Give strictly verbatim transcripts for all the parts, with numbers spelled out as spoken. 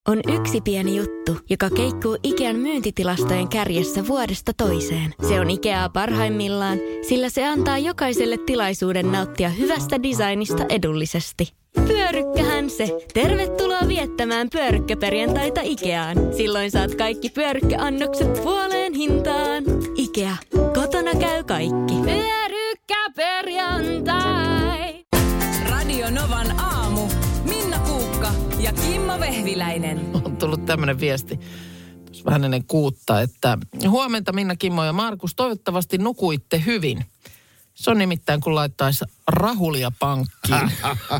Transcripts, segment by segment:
On yksi pieni juttu, joka keikkuu Ikean myyntitilastojen kärjessä vuodesta toiseen. Se on Ikeaa parhaimmillaan, sillä se antaa jokaiselle tilaisuuden nauttia hyvästä designista edullisesti. Pyörykkähän se! Tervetuloa viettämään pyörykkäperjantaita Ikeaan. Silloin saat kaikki pyörykkäannokset puoleen hintaan. Ikea. Kotona käy kaikki. Pyörykkäperjantai! Radio Novan aamu. Minna Kuukka ja Kimmo Vehviläinen. On tullut tämmöinen viesti tuossa vähän ennen kuutta, että huomenta Minna, Kimmo ja Markus, toivottavasti nukuitte hyvin. Se on nimittäin, kun laittaisi rahulia pankkiin.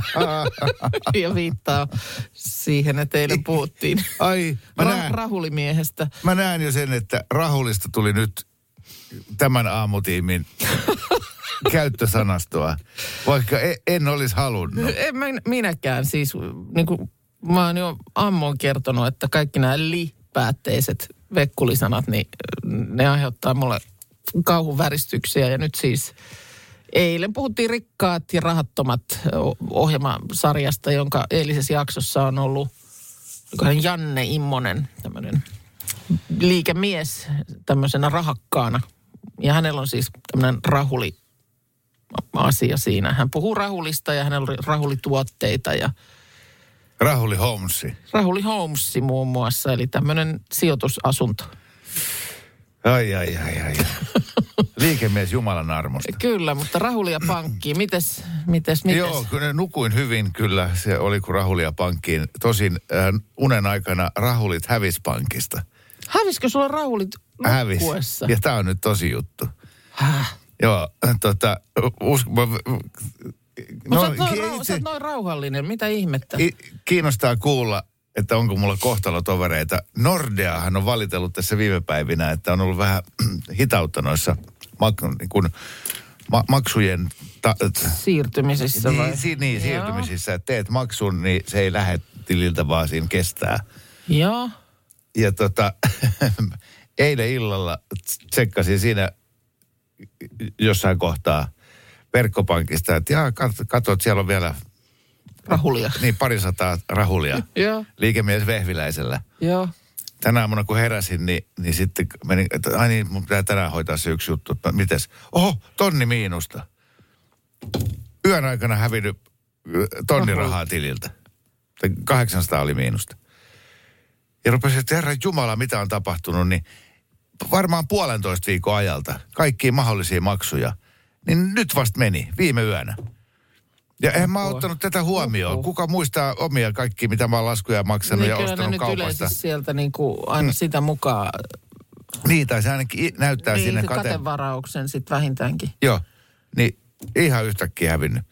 Ja viittaa siihen, että eilen puhuttiin Ai, mä Ra- näen, rahulimiehestä. mä näen jo sen, että rahulista tuli nyt tämän aamutiimin käyttösanastoa, vaikka en, en olisi halunnut. En mä, minäkään siis, niin kuin mä oon jo ammoin kertonut, että kaikki nämä li-päätteiset vekkulisanat, niin ne aiheuttaa mulle kauhun väristyksiä. Ja nyt siis eilen puhuttiin Rikkaat ja rahattomat ohjelmasarjasta, jonka eilisessä jaksossa on ollut Janne Immonen, tämmöinen liikemies tämmöisenä rahakkaana. Ja hänellä on siis tämmöinen rahuli asia siinä. Hän puhuu rahulista ja hänellä on rahulituotteita ja Rahuli Holmesi. Rahuli Holmesi muun muassa, eli tämmöinen sijoitusasunto. Ai, ai, ai, ai. Liikemies Jumalan armosta. Kyllä, mutta rahulia pankkiin. Mites, mites, mites? Joo, kyllä nukuin hyvin kyllä. Se oli kuin rahulia pankkiin. Tosin äh, unen aikana rahulit hävis pankista. Hävisikö sulla rahulit nukkuessa? Hävis. Ja tää on nyt tosi juttu. Häh? Joo, tota, usko... No, sä, oot noin, rau, sä oot noin rauhallinen, mitä ihmettä? Kiinnostaa kuulla, että onko mulla kohtalotovereita. Nordeahan on valitellut tässä viime päivinä, että on ollut vähän hitautta noissa mak, niin kun, ma, maksujen... Ta, siirtymisissä niin, vai? Si, niin, siirtymisissä. Että teet maksun, niin se ei lähde tililtä, vaan siinä kestää. Joo. Ja tota, eilen illalla tsekkasin siinä jossain kohtaa verkkopankista, että jaa, katso, että siellä on vielä... Rahulia. Niin, parisataa rahulia. Joo. Liikemies Vehviläisellä. Joo. Tänä aamuna kun heräsin, niin, niin sitten menin, että ai niin, mun pitää tänään hoitaa se yksi juttu. Mites? Oho, tonni miinusta. Yön aikana hävinnyt tonni rahaa tililtä. kahdeksansataa oli miinusta. Ja rupesin, että herra Jumala, mitä on tapahtunut, niin varmaan puolentoista viikon ajalta kaikkia mahdollisia maksuja. Niin nyt vasta meni, viime yönä. Ja en mä ottanut tätä huomioon. Kuka muistaa omia kaikki, mitä mä oon laskuja maksanut niin ja ostanut kaupasta. Niin kyllä ne nyt yleensä sieltä niin kuin aina mm. sitä mukaan. Niin, tai se ainakin näyttää niin, sinne kate... kate... katevarauksen sitten vähintäänkin. Joo, niin ihan yhtäkkiä hävinnyt.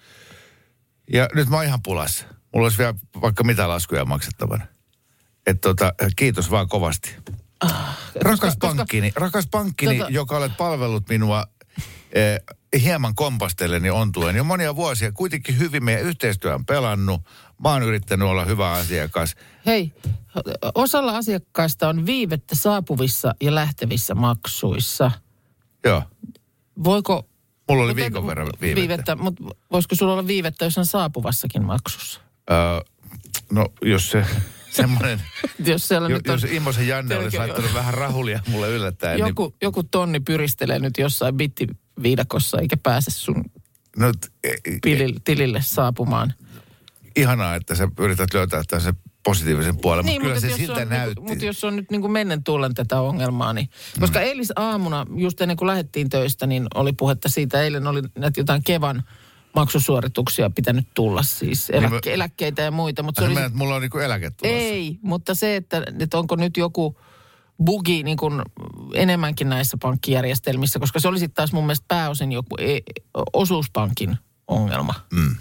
Ja nyt mä oon ihan pulassa. Mulla olisi vielä vaikka mitä laskuja maksettavana. Että tota, kiitos vaan kovasti. Ah, rakas koska, pankkini, koska... rakas pankkini, tota... joka olet palvellut minua... Eh, hieman kompastelleni ontuen jo monia vuosia. Kuitenkin hyvin meidän yhteistyö on pelannut. Mä oon yrittänyt olla hyvä asiakas. Hei, osalla asiakkaista on viivettä saapuvissa ja lähtevissä maksuissa. Joo. Voiko... Mulla oli viikon verran viivettä. viivettä. Mutta voisiko sulla olla viivettä, jos on saapuvassakin maksussa? Öö, no, jos se... Semmoinen, jos siellä jo, nyt on, jos Immosen Janne olisi laittanut vähän rahulia mulle yllättäen. Joku, niin, joku tonni pyristelee nyt jossain bittiviidakossa eikä pääse sun no, pilille, tilille saapumaan. Ihanaa, että sä yrität löytää tämän sen positiivisen puolen, niin, mutta kyllä mutta se siltä on, näytti. Mutta jos on nyt niin kuin mennen tullen tätä ongelmaa, niin... Koska mm. eilisaamuna, just ennen kuin lähdettiin töistä, niin oli puhetta siitä. Eilen oli näitä jotain Kevan maksusuorituksia pitänyt tulla siis, eläkke, niin mä, eläkkeitä ja muita. Mutta se oli, menet, että mulla on niin kuin eläke tulossa. Ei, mutta se, että, että onko nyt joku bugi niin kuin enemmänkin näissä pankkijärjestelmissä, koska se oli sitten taas mun mielestä pääosin joku e, osuuspankin ongelma. Mm.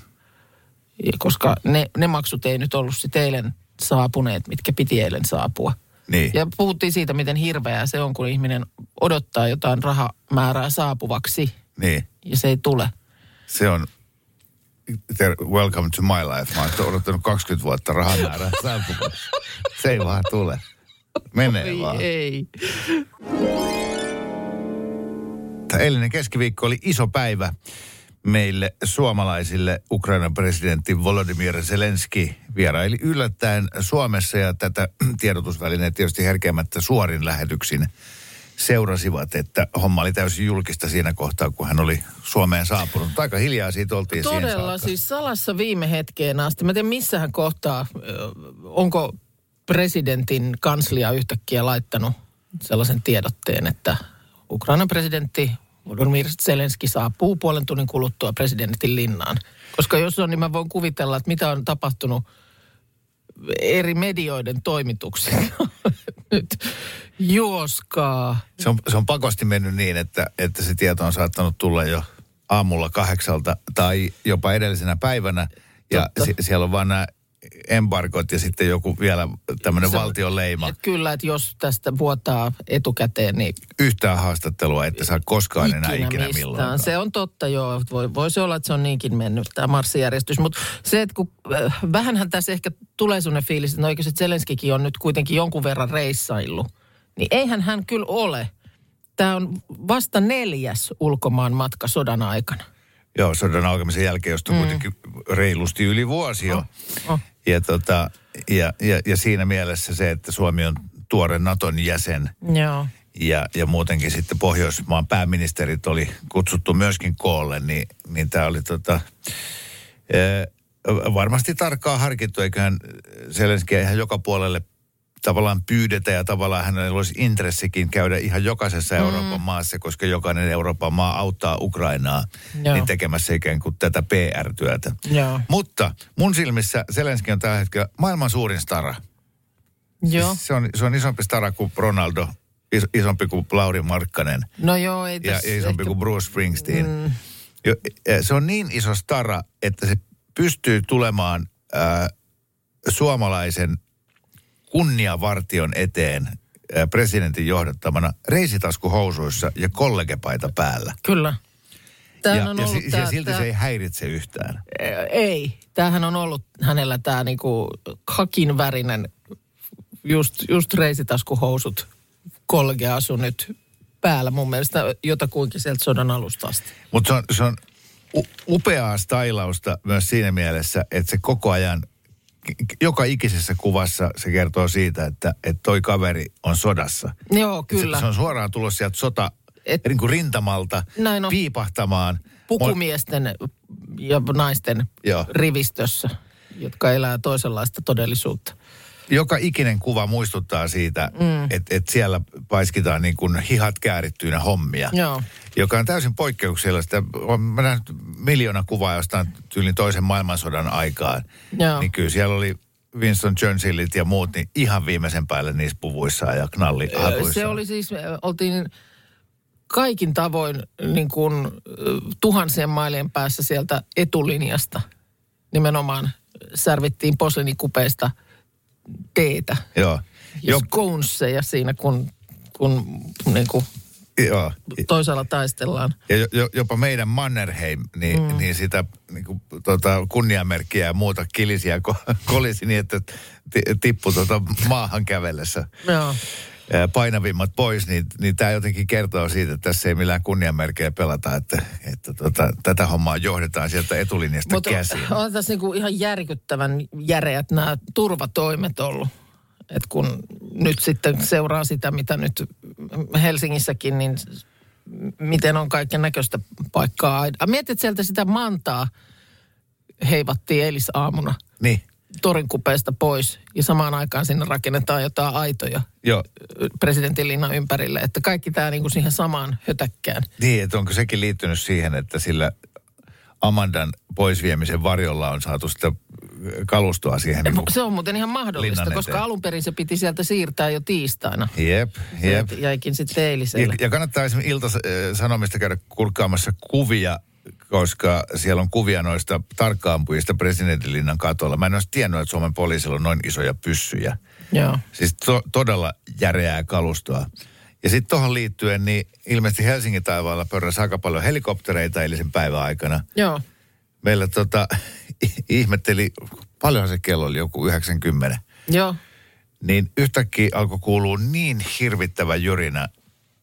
Koska ne, ne maksut ei nyt ollut sitten eilen saapuneet, mitkä piti eilen saapua. Niin. Ja puhuttiin siitä, miten hirveää se on, kun ihminen odottaa jotain rahamäärää saapuvaksi. Niin. Ja se ei tule. Se on... Welcome to my life. Mä oon odottanut kaksikymmentä vuotta rahamäärää saapuvaksi. Se ei vaan tule. Menee Oi, vaan. Ei. Eilinen keskiviikko oli iso päivä. meille suomalaisille Ukrainan presidentti Volodymyr Zelenski vieraili yllättäen Suomessa ja tätä tiedotusvälineet tietysti herkeämättä suorin lähetyksin seurasivat, että homma oli täysin julkista siinä kohtaa, kun hän oli Suomeen saapunut. Aika hiljaa siitä oltiin siihen saakka. Todella, siis salassa viime hetkeen asti. Mä en tiedä, missähän kohtaa, onko presidentin kanslia yhtäkkiä laittanut sellaisen tiedotteen, että Ukrainan presidentti Volodymyr Zelenski saapuu puolen tunnin kuluttua presidentin linnaan. Koska jos on, niin mä voin kuvitella, että mitä on tapahtunut eri medioiden toimituksilla. Nyt juoskaa. Se on, se on pakosti mennyt niin, että, että se tieto on saattanut tulla jo aamulla kahdeksalta tai jopa edellisenä päivänä. Ja si, siellä on vaan nämä embargot ja sitten joku vielä tämmöinen valtion leima. Et kyllä, että jos tästä vuotaa etukäteen, niin yhtään haastattelua, että saa koskaan enää ikinä milloin. Se on totta, joo. Voi, voisi olla, että se on niinkin mennyt, tämä marssijärjestys. Mutta se, että kun äh, vähänhän tässä ehkä tulee sellainen fiilis, että no eikö se Zelenskikin on nyt kuitenkin jonkun verran reissaillut, niin eihän hän kyllä ole. Tämä on vasta neljäs ulkomaan matka sodan aikana. Joo, sodan alkamisen jälkeen, josta mm. kuitenkin reilusti yli vuosi jo. Oh, oh. Ja, tota, ja, ja, ja siinä mielessä se, että Suomi on tuore Naton jäsen. Joo. Ja, ja muutenkin sitten Pohjoismaan pääministerit oli kutsuttu myöskin koolle, niin, niin tämä oli tota, e, varmasti tarkkaan harkittu. Eiköhän Zelenskiä ihan joka puolelle tavallaan pyydetä ja tavallaan hänellä olisi intressikin käydä ihan jokaisessa mm. Euroopan maassa, koska jokainen Euroopan maa auttaa Ukrainaa niin tekemässä ikään kuin tätä P R-työtä. Joo. Mutta mun silmissä Zelenski on tällä hetkellä maailman suurin stara. Joo. Se on, se on isompi stara kuin Ronaldo, is, isompi kuin Lauri Markkanen. No joo, ei ja, ja isompi ehkä kuin Bruce Springsteen. Mm. Jo, se on niin iso stara, että se pystyy tulemaan äh, suomalaisen kunniavartion eteen presidentin johdattamana reisitaskuhousuissa ja kollegepaita päällä. Kyllä. Ja, on ja, ollut ja, tää, ja silti tää, se ei häiritse yhtään. Ei. Tämähän on ollut hänellä tämä niinku kakinvärinen just, just reisitaskuhousut kollegeasu nyt päällä mun mielestä jotakuinkin sieltä sodan alusta asti. Mutta se on, se on upeaa stailausta myös siinä mielessä, että se koko ajan joka ikisessä kuvassa se kertoo siitä, että, että toi kaveri on sodassa. Joo, kyllä. Se, se on suoraan tullut sieltä sota Et, niin kuin rintamalta piipahtamaan. Pukumiesten ja naisten Joo. rivistössä, jotka elää toisenlaista todellisuutta. Joka ikinen kuva muistuttaa siitä, mm. että et siellä paiskitaan niin kuin hihat käärittyinä hommia. Joo. Joka on täysin poikkeuksellista. Mä näen miljoona kuvaa jostain tyylin toisen maailmansodan aikaan. Joo. Niin kyllä siellä oli Winston Churchillit ja muut niin ihan viimeisen päälle niissä puvuissaan ja knallihatuissaan. Se oli siis, oltiin kaikin tavoin niin kuin tuhansien mailien päässä sieltä etulinjasta. Nimenomaan särvittiin poslinikupeista teetä. Joo. Ja sconeseja siinä, kun, kun niin kuin Joo. toisaalla taistellaan. Ja jo, jopa meidän Mannerheim, niin, mm. niin sitä niin kuin, tota, kunniamerkkiä ja muuta kilisiä ko- kolisi niin, että t- tippui tota maahan kävellessä. Joo. Painavimmat pois, niin, niin tämä jotenkin kertoo siitä, että tässä ei millään kunniamerkkejä pelata, että, että tota, tätä hommaa johdetaan sieltä etulinjasta Mutta käsiin. Mutta on tässä niinku ihan järkyttävän järeät nämä turvatoimet ollut. Et kun nyt sitten seuraa sitä, mitä nyt Helsingissäkin, niin miten on kaiken näköistä paikkaa. Mietit sieltä sitä Mantaa heivattiin eilisaamuna. Niin. Torinkupeesta pois ja samaan aikaan sinne rakennetaan jotain aitoja Joo. presidentin linnan ympärille. Että kaikki tämä niinku siihen samaan hötäkkään. Niin, että onko sekin liittynyt siihen, että sillä Amandan poisviemisen varjolla on saatu sitä kalustoa siihen. Niin se on muuten ihan mahdollista, koska alun perin se piti sieltä siirtää jo tiistaina. Jep, jep. Se jäikin sitten eiliselle. Ja, ja kannattaa esimerkiksi Ilta-Sanomista käydä kurkkaamassa kuvia, koska siellä on kuvia noista tarkkaampujista presidentinlinnan katolla. Mä en olisi tiennyt, että Suomen poliisilla on noin isoja pyssyjä. Joo. Siis to, todella järeää kalustoa. Ja sitten tuohon liittyen, niin ilmeisesti Helsingin taivaalla pörräsi aika paljon helikoptereita eilisen päivän aikana. Joo. Meillä tota, ihmetteli, paljonhan se kello oli, joku yhdeksänkymmentä. Joo. Niin yhtäkkiä alkoi kuulua niin hirvittävä jyrinä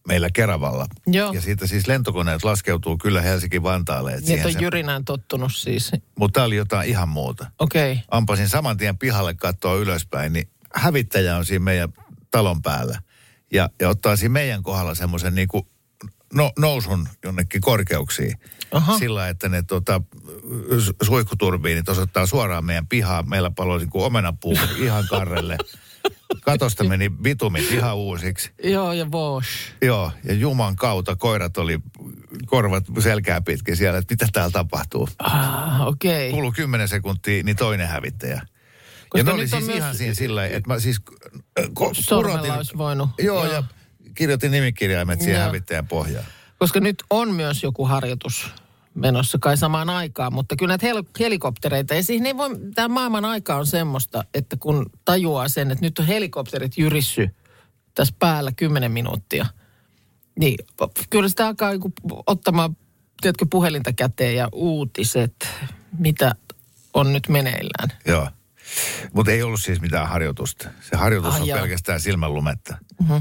meillä Keravalla. Joo. Ja siitä siis lentokoneet laskeutuu kyllä Helsinki-Vantaalle. Niin on jyrinään tottunut siis. Mutta tämä oli jotain ihan muuta. Okei. Okay. Ampasin saman tien pihalle katsoa ylöspäin, niin hävittäjä on siinä meidän talon päällä. Ja, ja ottaa siinä meidän kohdalla semmoisen niin kuin no, nousun jonnekin korkeuksiin. Aha. Sillä, että ne tota, suihkuturbiinit osoittaa suoraan meidän pihaan. Meillä paloi niin kuin omenapuu ihan karrelle. Katosta meni bitumit ihan uusiksi. Joo, ja Bosch. Joo, ja Juman kautta koirat oli korvat selkää pitkin siellä, että mitä täällä tapahtuu. Ah, okei. Okay. Kulu kymmenen sekuntia, niin toinen hävittäjä. Koska ja ne oli siis ihan siinä sillä lailla, että mä siis ko- sormella olisi voinut. Joo, joo, ja kirjoitin nimikirjaimet siihen joo. hävittäjän pohjaan. Koska nyt on myös joku harjoitus menossa kai samaan aikaan, mutta kyllä näitä hel- helikoptereita, ja siihen ei voi, tämä maailman aika on semmoista, että kun tajuaa sen, että nyt on helikopterit jyrissy tässä päällä kymmenen minuuttia, niin kyllä sitä alkaa ottamaan, tiedätkö, puhelinta käteen ja uutiset, mitä on nyt meneillään. Joo, mutta ei ollut siis mitään harjoitusta. Se harjoitus ah, on joo. pelkästään silmänlumetta. Mm-hmm.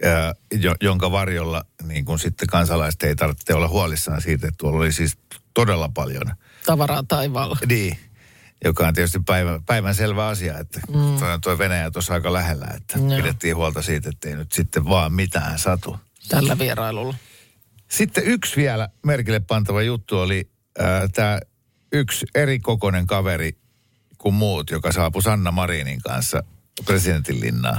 Jo, jonka varjolla niin kun sitten kansalaiset ei tarvitse olla huolissaan siitä, että tuolla oli siis todella paljon tavaraa taivaalla. Niin, joka on tietysti päivän, päivän selvä asia, että mm. tuo, tuo Venäjä tuossa aika lähellä, että no. pidettiin huolta siitä, että ei nyt sitten vaan mitään satu. Tällä vierailulla. Sitten yksi vielä merkille pantava juttu oli äh, tämä yksi erikokoinen kaveri kuin muut, joka saapui Sanna Marinin kanssa presidentinlinnaan.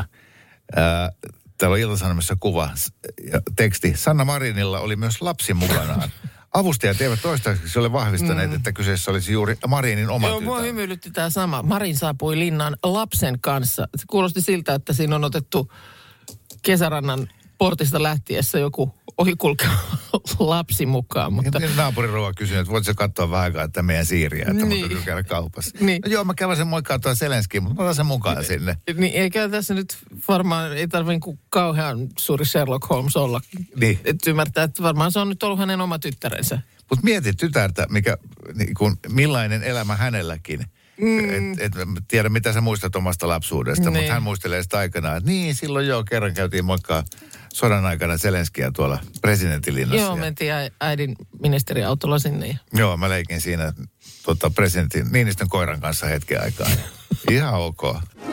Äh, Täällä on Ilta-Sanomissa kuva ja teksti. Sanna Marinilla oli myös lapsi mukanaan. Avustajat eivät toistaiseksi ole vahvistaneet, mm. että kyseessä olisi juuri Marinin oma Joo, tytär. mua hymyilytti tämä sama. Marin saapui linnaan lapsen kanssa. Se kuulosti siltä, että siinä on otettu kesärannan portista lähtiessä joku ohikulkeva lapsi mukaan. Mutta... Naapurirouva kysyi, että voitko katsoa vähän aikaa että meidän siiriä, että niin. Mutta käydä kaupassa. Niin. No joo, mä kävin sen moikkaa tuon Zelenskiin, mutta mä otan sen mukaan sinne. Niin, eikä tässä nyt varmaan, ei tarvitse niin kauhean suuri Sherlock Holmes olla. Niin. Että ymmärtää, että varmaan se on nyt ollut hänen oma tyttärensä. Mutta mieti tytärtä, mikä, niin kun, millainen elämä hänelläkin. Mm. Et, et, tiedä, mitä sä muistat omasta lapsuudesta, niin. Mutta hän muistelee sitä aikanaan, että niin, silloin joo, kerran käytiin moikkaa sodan aikana Zelenskiä tuolla presidentinlinnassa. Joo, mentiin äidin ministeriautolla sinne. Ja... Joo, mä leikin siinä tota, presidentin Niinistön koiran kanssa hetken aikaa. Ihan ok.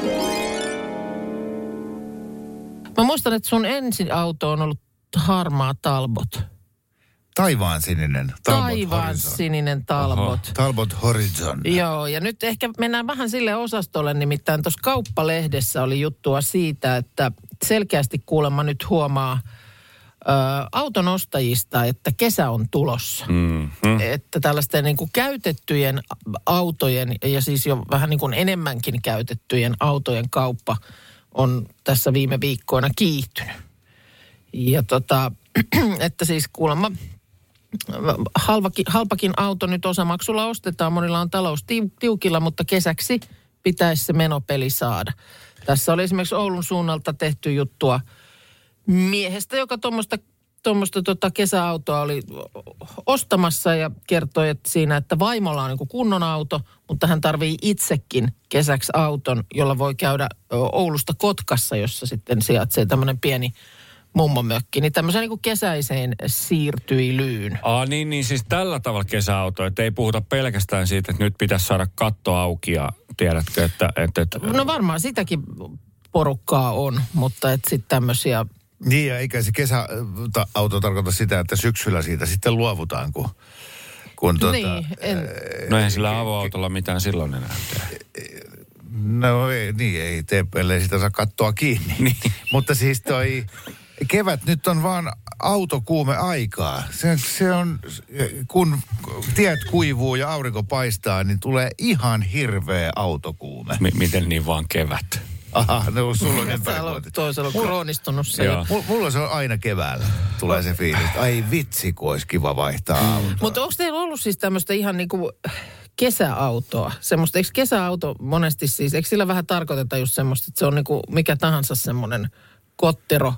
Mä muistan, että sun ensin auto on ollut harmaa Talbot. Taivaan sininen. Taivaan sininen Talbot. Oho, Talbot Horizon. Joo, ja nyt ehkä mennään vähän sille osastolle, nimittäin tuossa Kauppalehdessä oli juttua siitä, että selkeästi kuulemma nyt huomaa ö, auton ostajista, että kesä on tulossa. Mm-hmm. Että tällaisten niin kuin käytettyjen autojen ja siis jo vähän niin kuin enemmänkin käytettyjen autojen kauppa on tässä viime viikkoina kiihtynyt. Ja tota, että siis kuulemma halvakin, halpakin auto nyt osamaksulla ostetaan. Monilla on talous tiukilla, mutta kesäksi pitäisi se menopeli saada. Tässä oli esimerkiksi Oulun suunnalta tehty juttua miehestä, joka tuommoista tuommoista tota kesäautoa oli ostamassa ja kertoi, että siinä, että vaimolla on niin kuin kunnon auto, mutta hän tarvii itsekin kesäksi auton, jolla voi käydä Oulusta Kotkassa, jossa sitten sijaitsee tämmöinen pieni mummomökki, niin tämmöisen niin kuin kesäiseen siirtyilyyn. Aa niin, niin siis tällä tavalla kesäauto, että ei puhuta pelkästään siitä, että nyt pitäisi saada katto auki ja tiedätkö, että... että, että... No varmaan sitäkin porukkaa on, mutta että sitten tämmöisiä... Niin ja eikä se kesäauto tarkoita sitä, että syksyllä siitä sitten luovutaan, kun... kun tuota, niin, en... No eihän sillä avoautolla mitään silloin enää tee. No ei, niin ei tee, ellei sitä saa kattoa kiinni. Niin. Mutta siis toi... Kevät nyt on vaan autokuume aikaa. Se, se on, kun tiet kuivuu ja aurinko paistaa, niin tulee ihan hirveä autokuume. M- miten niin vaan kevät? Aha, no sulla on ympärivuotit. Toisella on kroonistunut se. M- mulla se on aina keväällä. Tulee se fiilis. Ai vitsi, kun olisi kiva vaihtaa autoa. Mutta onko teillä ollut siis tämmöistä ihan niinku kesäautoa? Semmoista, eikö kesäauto monesti siis, eikö sillä vähän tarkoiteta just semmoista, että se on niinku mikä tahansa semmoinen kottero,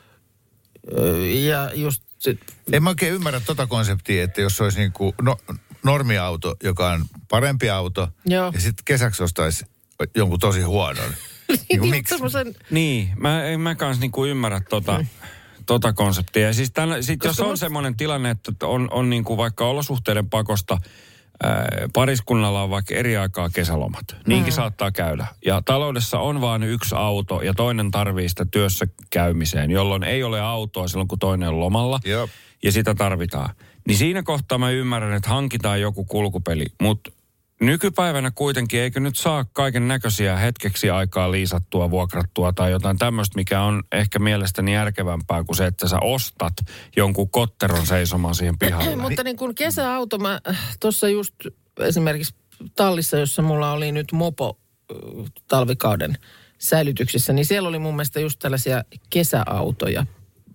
ja just... Sit... En mä oikein ymmärrä tota konseptia, että jos olisi niinku no, normiauto, joka on parempi auto, joo. Ja sitten kesäksi ostaisi jonkun tosi huonon. Niin, niin, miksi? Semmosen... Niin, mä en mä kanssa niinku ymmärrä tota, tota konseptia. Ja siis tämän, sit jos on must... semmoinen tilanne, että on, on niin kuin vaikka olosuhteiden pakosta, ää, pariskunnalla on vaikka eri aikaa kesälomat. Niinkin mm. saattaa käydä. Ja taloudessa on vain yksi auto ja toinen tarvii sitä työssä käymiseen, jolloin ei ole autoa silloin, kun toinen on lomalla. Jop. Ja sitä tarvitaan. Niin siinä kohtaa mä ymmärrän, että hankitaan joku kulkupeli, mutta nykypäivänä kuitenkin eikö nyt saa kaiken näköisiä hetkeksi aikaa liisattua, vuokrattua tai jotain tämmöistä, mikä on ehkä mielestäni järkevämpää kuin se, että sä ostat jonkun kotteron seisomaan siihen pihalle. Mutta niin kuin kesäauto, mä tuossa just esimerkiksi tallissa, jossa mulla oli nyt mopo talvikauden säilytyksessä, niin siellä oli mun mielestä just tällaisia kesäautoja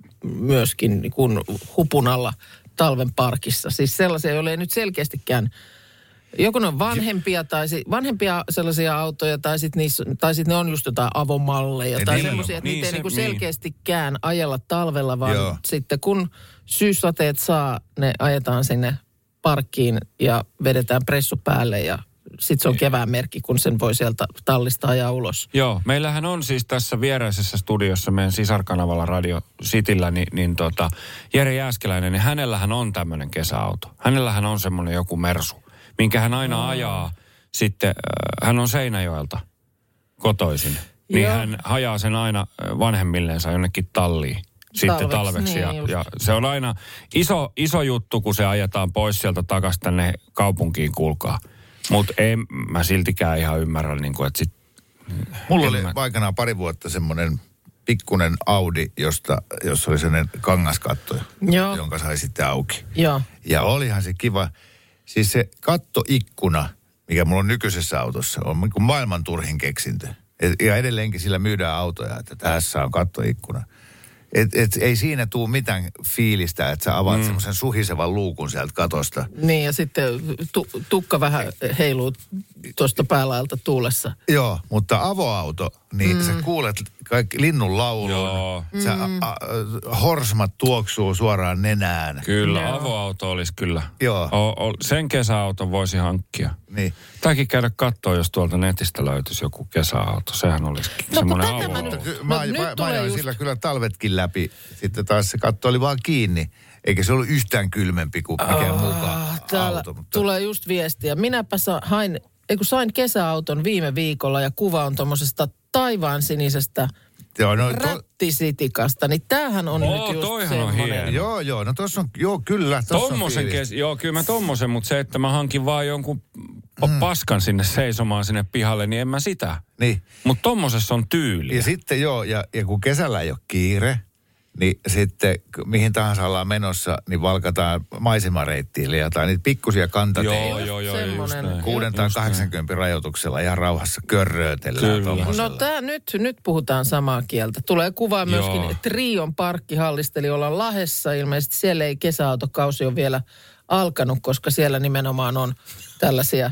myöskin niin kuin hupun alla talven parkissa. Siis sellaisia, joilla ei nyt selkeästikään, joko ne on vanhempia tai si, vanhempia sellaisia autoja tai sitten sit ne on just jotain avomalleja. Ei, tai niin, semmoisia, että niin, niitä ei se, niinku niin. selkeästikään ajella talvella, vaan Joo. sitten kun syyssateet saa, ne ajetaan sinne parkkiin ja vedetään pressu päälle ja sitten se on kevään merkki, kun sen voi sieltä tallista ajaa ulos. Joo, meillähän on siis tässä viereisessä studiossa meidän sisarkanavalla Radio Cityllä, niin, niin tota, Jere Jääskeläinen, niin hänellähän on tämmöinen kesäauto. Hänellähän on semmoinen joku Mersu, minkä hän aina oh. ajaa sitten, äh, hän on Seinäjoelta kotoisin. Niin Joo. hän hajaa sen aina vanhemmilleensa jonnekin talliin. Sitten Talveksi, talveksi. niin Ja, just. ja se on aina iso, iso juttu, kun se ajetaan pois sieltä takaisin tänne kaupunkiin, kuulkaa. Mutta en mä siltikään ihan ymmärrä, niin kuin, että sit... Mulla oli mä... aikanaan pari vuotta semmoinen pikkunen Audi, josta, jossa oli sellainen kangaskatto, Joo. jonka sai sitten auki. Joo. Ja olihan se kiva. Siis se kattoikkuna, mikä mulla on nykyisessä autossa, on niin kuin maailman turhin keksintö. Et, ja edelleenkin sillä myydään autoja, että tässä on kattoikkuna. Et, et, ei siinä tule mitään fiilistä, että sä avaat mm. semmoisen suhisevan luukun sieltä katosta. Niin ja sitten tu, tukka vähän heiluu tuosta päälaelta tuulessa. Joo, mutta avoauto, niin mm. sä kuulet kaikki linnun laulun. Joo. Sä, a, a, horsmat tuoksuu suoraan nenään. Kyllä, Joo. avoauto olisi kyllä. Joo. O, o, sen kesäauton voisi hankkia. Niin. Tämäkin käydä katsoa, jos tuolta netistä löytyisi joku kesäauto. Sehän olisi No, semmoinen tätä mä avoauto. nyt- Ky- No, Mä, nyt mä, mä tulee ajoin just- sillä kyllä talvetkin läpi. Sitten taas se katto oli vaan kiinni. Eikä se ollut yhtään kylmempi kuin mikään Ah, mukaan täällä auto. Mutta... tulee just viestiä. Minäpä sa, hain, ei kun sain kesäauton viime viikolla ja kuva on tuommoisesta taivaan sinisestä Joo, no, to... rättisitikasta. Niin tämähän on Oo, nyt just toihan on semmoinen. hieno. joo, joo, no tossa on, joo kyllä. Tossa on Tommosen fiilis. kes... Joo, kyllä mä tommosen, mutta se, että mä hankin vaan jonkun mm. paskan sinne seisomaan sinne pihalle, niin en mä sitä. Niin. Mutta tommosessa on tyyliä. Ja sitten joo, ja, ja kun kesällä ei ole kiire, niin sitten k- mihin tahansa ollaan menossa, niin valkataan maisemareittiille ja tai niitä pikkusia kantateitä. Joo, joo, joo, just Semmonen. näin. Kuuden tai Just näin. kahdeksankymmenen rajoituksella ihan rauhassa körröötellään Kyllä. tommosella. No tää nyt, nyt puhutaan samaa kieltä. Tulee kuva myöskin Joo. Trion parkkihallista, eli ollaan Lahdessa. Ilmeisesti siellä ei kesäautokausi ole vielä alkanut, koska siellä nimenomaan on tällaisia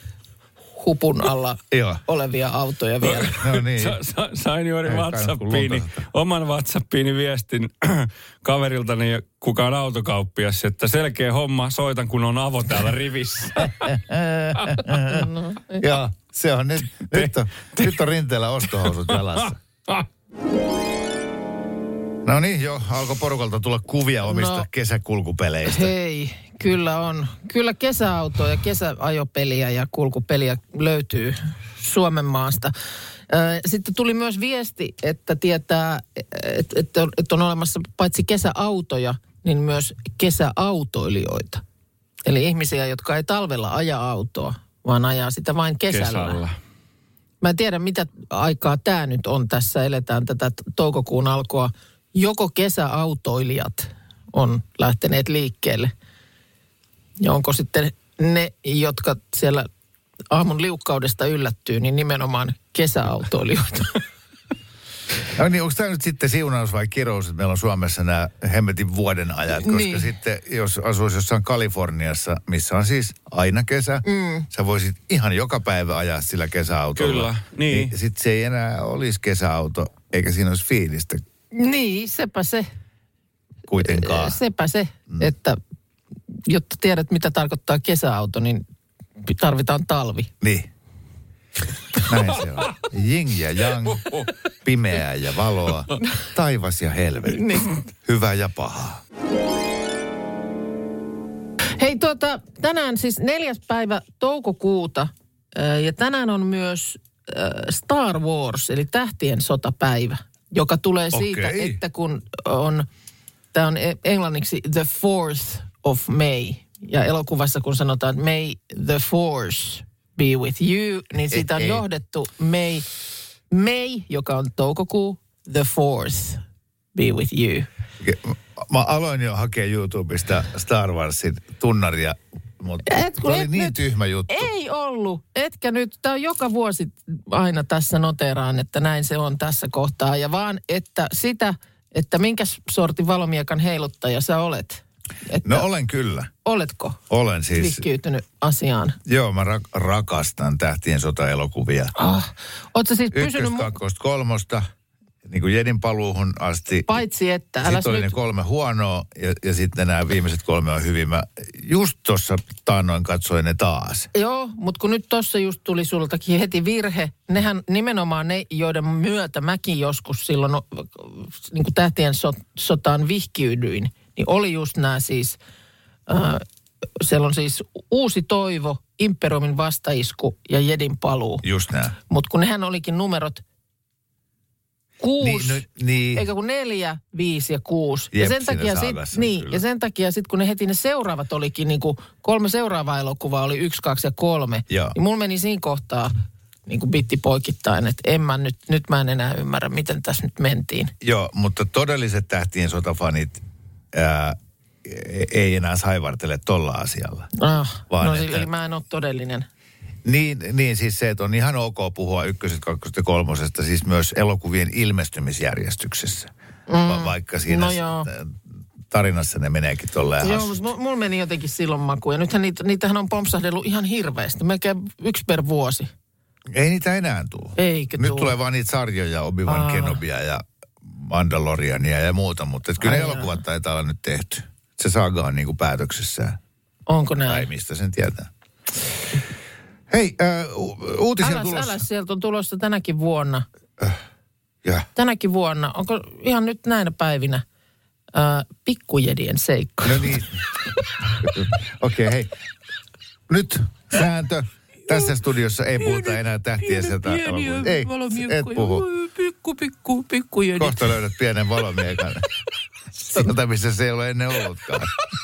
hupun alla Joo. olevia autoja vielä. No niin. Sa, sa, sain juuri Ei kai WhatsAppiini, lunta. oman WhatsAppiini viestin kaveriltani, kuka on autokauppias, että selkeä homma, soitan kun on avo täällä rivissä. Joo, se on nyt, nyt on, nyt on rinteellä ostohousut jalassa. No niin, jo alkoi porukalta tulla kuvia omista No. kesäkulkupeleistä. Hei, kyllä on. Kyllä kesäautoja, kesäajopeliä ja kulkupeliä löytyy Suomen maasta. Ö, Sitten tuli myös viesti, että tietää, että että on, että on olemassa paitsi kesäautoja, niin myös kesäautoilijoita. Eli ihmisiä, jotka ei talvella aja autoa, vaan ajaa sitä vain kesällä. Kesällä. Mä en tiedä, mitä aikaa tämä nyt on tässä. Eletään tätä t- toukokuun alkoa. Joko kesäautoilijat on lähteneet liikkeelle. Ja onko sitten ne, jotka siellä aamun liukkaudesta yllättyy, niin nimenomaan kesäautoilijoita. No niin, onko tämä nyt sitten siunaus vai kirous, että meillä on Suomessa nämä hemmetin vuoden ajat? Koska Niin. sitten, jos asuisi jossain Kaliforniassa, missä on siis aina kesä, mm. sä voisit ihan joka päivä ajaa sillä kesäautolla. Kyllä, niin. Sitten se ei enää olisi kesäauto, eikä siinä olisi fiilistä Niin, sepä se. kuitenkaan. Sepä se, mm. että jotta tiedät, mitä tarkoittaa kesäauto, niin tarvitaan talvi. Niin. Näin se on. Jing ja jang, pimeää ja valoa, taivas ja helvetti, Niin. hyvä ja paha. Hei tuota, tänään siis neljäs päivä toukokuuta äh, ja tänään on myös äh, Star Wars, eli Tähtien sotapäivä, joka tulee siitä, Okei. että kun on, tämä on englanniksi The fourth of May, ja elokuvassa kun sanotaan May the Force be with you, niin siitä on Ei. johdettu May, May, joka on toukokuu, the fourth be with you. Mä aloin jo hakea YouTubesta Star Warsin tunnaria, mutta Et kun oli et niin nyt- tyhmä juttu. Ei ollut. Etkä nyt. Tämä on joka vuosi aina tässä noteraan, että näin se on tässä kohtaa. Ja vaan, että sitä, että minkä sortin valomiekan heiluttaja sä olet. Että No olen kyllä. oletko Olen siis. klikkiutynyt asiaan? Joo, mä ra- rakastan Tähtien sota-elokuvia. Ah. Ootko siis pysynyt... Ykkös, Mu- kakkosta, kolmosta, niin kuin Jedin paluuhun asti. paitsi että... Äläs Sitten oli nyt... ne kolme huonoa ja, ja sitten nämä viimeiset kolme on hyvin. Mä just tuossa taannoin katsoin ne taas. Joo, mutta kun nyt tuossa just tuli sultakin heti virhe, nehän nimenomaan ne, joiden myötä mäkin joskus silloin niin kuin Tähtien so, sotaan vihkiydyin, niin oli just nämä siis, äh, siellä on siis Uusi toivo, Imperiumin vastaisku ja Jedin paluu. Just nämä. Mutta kun nehän olikin numerot kuusi, Niin, nyt- niin. eikä kun neljä, viisi ja kuusi. Jep, ja sen siinä takia sit, saagassa, niin, kyllä. ja sen takia sitten kun ne heti ne seuraavat olikin niin kuin kolme seuraavaa elokuvaa oli yksi, kaksi ja kolme. Joo. Niin mulla meni siinä kohtaa niin kuin bitti poikittain, että en mä nyt, nyt mä en enää ymmärrä, miten tässä nyt mentiin. Joo, mutta todelliset Tähtien sotafanit ää, ei enää saivartele tolla asialla. Ah, Vaan no että- eli mä en ole todellinen. Niin, niin siis se, että on ihan ok puhua ykkösestä, kakkosesta ja kolmosesta, siis myös elokuvien ilmestymisjärjestyksessä. Mm. Va- vaikka siinä No joo. s- tarinassa ne meneekin tolleen Joo, hassusti. mutta mulla meni jotenkin silloin maku. Ja nythän niitä, niitähän on pompsahdellut ihan hirveästi. Melkein yksi per vuosi. Ei niitä enää tule. Eikö Nyt tuu? tulee vaan niitä sarjoja, Obi-Wan Aa. Kenobia ja Mandaloriania ja muuta, mutta et kyllä Ai ne jaa. elokuvat taitaa olla nyt tehty. Se saga on niinku päätöksessään. Onko Tai näin? mistä sen tietää. Hei, äh, u- uutisia Äläs, tulossa. äläs, sieltä on tulossa tänäkin vuonna. Ja. Tänäkin vuonna, onko ihan nyt näinä päivinä, ää, pikkujedien seikko? No niin. Okei, okay, hei. Nyt sääntö. Tässä studiossa ei puhuta enää Tähtien sieltä elokuvista. Ei, et puhu. Pikku, pikku, pikkujedit. Kohta löydät pienen valomiekan. Sieltä, missä se ei ole ennen ollutkaan.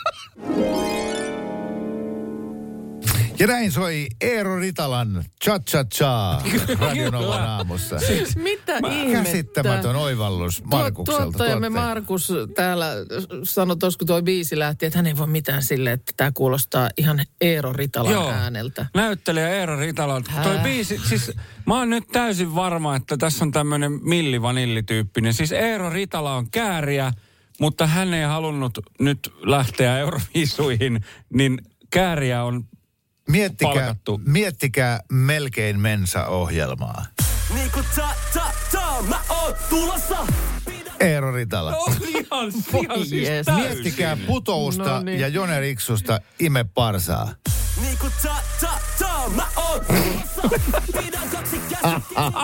Ja näin soi Eero Ritalan Cha Cha Cha Radionovan aamussa. Mitä ihmettä? Käsittämätön oivallus Markukselta. Tuottajamme tuottaja. Markus täällä sanoi tuossa, kun toi biisi lähti, että hän ei voi mitään sille, että tämä kuulostaa ihan Eero Ritalan Joo. ääneltä. Näyttelijä Eero Ritala. Hää? Toi biisi, siis mä oon nyt täysin varma, että tässä on tämmönen Milli Vanilli-tyyppinen. Siis Eero Ritala on kääriä, mutta hän ei halunnut nyt lähteä Euroviisuihin, niin kääriä on Miettikää, palkattu. miettikää melkein Mensa-ohjelmaa. Niinku ta ta ta, mä oon tulossa. Eero Ritala. on ihan, ihan siis Yes. täysin. Miettikää Putousta No niin. ja Jone Riksusta Ime Parsaa. Niinku ta ta ta, mä oon tulossa. Pidän kaksi käsiä.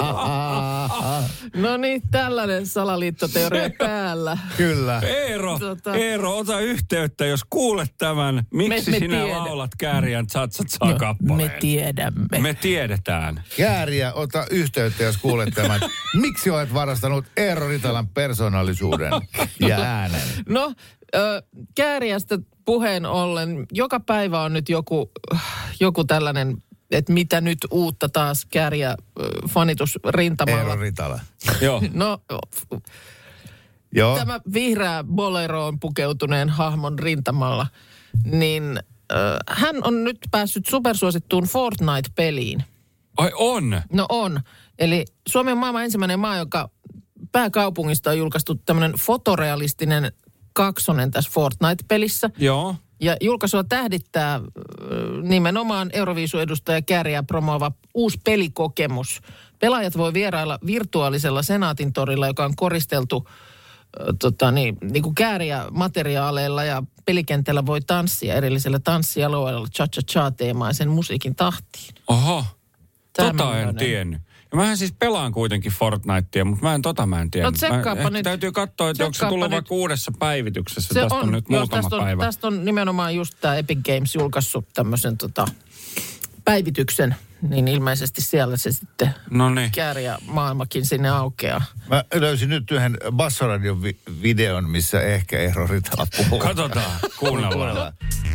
No niin, tällainen salaliittoteoria päällä. Kyllä. Eero, Tota- Eero, ota yhteyttä, jos kuulet tämän. Miksi Me- me sinä tiedä- laulat kääriän Cha-Cha-Cha Me kappaleen? tiedämme. Me tiedetään. Kääriä, ota yhteyttä, jos kuulet tämän. Miksi olet varastanut Eero Ritalan persoonallisuuden ja äänen? No, ö, kääriästä puheen ollen, joka päivä on nyt joku, joku tällainen, että mitä nyt uutta taas kääriä ö, fanitusrintamalla. Eero Ritala. Joo. No, Joo. tämä vihreä boleroon pukeutuneen hahmon rintamalla, niin ö, hän on nyt päässyt supersuosittuun Fortnite-peliin. Ai on. No on. Eli Suomi on maailman ensimmäinen maa, joka pääkaupungista on julkaistu tämmöinen fotorealistinen kaksonen tässä Fortnite-pelissä. Joo. Ja julkaisua tähdittää äh, nimenomaan Euroviisu-edustaja Kääriä promoava uusi pelikokemus. Pelaajat voi vierailla virtuaalisella Senaatin torilla, joka on koristeltu äh, tota, niin, niin kuin Kääriä-materiaaleilla, ja pelikentällä voi tanssia erillisellä tanssialueella cha-cha-cha-teemaisen musiikin tahtiin. Oho. Tota en Tämmönen. tiennyt. Ja mähän siis pelaan kuitenkin Fortnitea, mutta mä en tota mä en tiedä. No tsekkaappa mä, nyt. Täytyy katsoa, että onko se tullut Tsekkaappa vaikka uudessa päivityksessä. Se tästä on, on nyt joo, muutama tästä on, päivä. Tästä on nimenomaan just tämä Epic Games julkaissut tämmöisen tota, päivityksen. Niin ilmeisesti siellä se sitten Noniin. kääriä maailmakin sinne aukeaa. Mä löysin nyt yhden Bassoradion vi- videon, missä ehkä Eero Ritala puhuu. Katsotaan, kuunnellaan.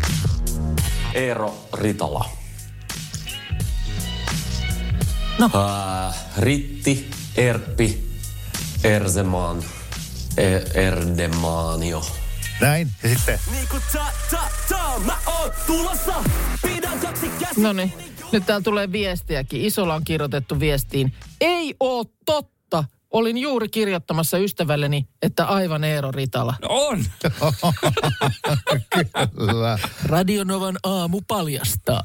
Eero Ritala. No. Äh, Ritti, Erppi, Erzemaan, e- Erdemaanio. Näin, ja sitten... Niinku ta ta ta, mä oon tulossa. Pidän kaksi käsi. Noniin, nyt täällä tulee viestiäkin. Isolla on kirjoitettu viestiin. Ei oo totta. Olin juuri kirjoittamassa ystävälleni, että aivan Eero Ritala. No on! Kyllä. Radionovan aamu paljastaa.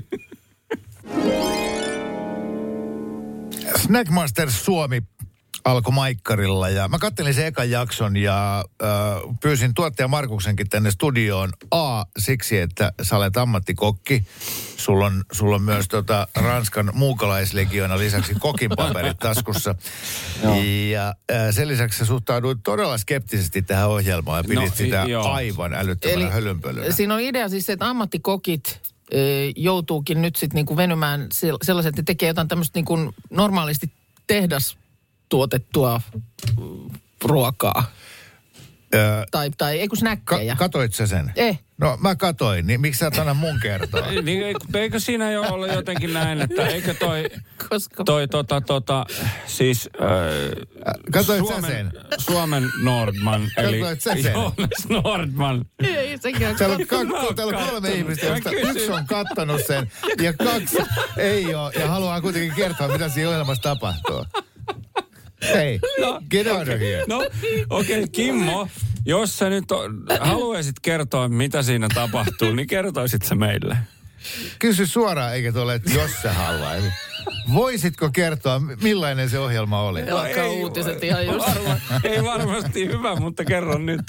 Snackmasters Suomi alkoi Maikkarilla ja mä kattelin sen ekan jakson ja äh, pyysin tuottaja Markuksenkin tänne studioon. A, siksi, että sä olet ammattikokki. Sulla on, sulla on myös tota Ranskan muukalaislegioona lisäksi kokin paperit taskussa. Ja äh, sen lisäksi sä suhtauduit todella skeptisesti tähän ohjelmaan ja pidit No, sitä joo. aivan älyttömänä hölynpölynä. Siinä on idea siis se, että ammattikokit e, joutuukin nyt sitten niinku venymään sel- sellaiset, että ne tekee jotain tämmöistä niinku normaalisti tehdas tuotettua mm, ruokaa. Öö, Tai, tai ei kun snäkkejä. Ka- katoit sä sen? Eh. No mä katoin, niin miksi sä et anna mun kertoa? Niin, eikö- eikö siinä jo ole jotenkin näin, että eikö toi, Koska... toi tota, tota, siis äh, Katoit sä Suomen, sen? Suomen Nordman, eli Katoit sä sen? Jonas Nordman. Ei, sekin on... Täällä on, kak- täällä on kolme ihmistä, joista yksi on kattonut sen ja kaksi ei ole ja haluaa kuitenkin kertoa, mitä siinä ohjelmassa tapahtuu. Hei, No, get out of here. No, okei, okay, Kimmo, jos sä nyt on, haluaisit kertoa, mitä siinä tapahtuu, niin kertoisit sä meille. Kysy suoraan, eikä tuolle, että jos sä haluaisit. Voisitko kertoa, millainen se ohjelma oli? Alkaa uutiset ihan just. Varma, ei varmasti hyvä, mutta kerron nyt.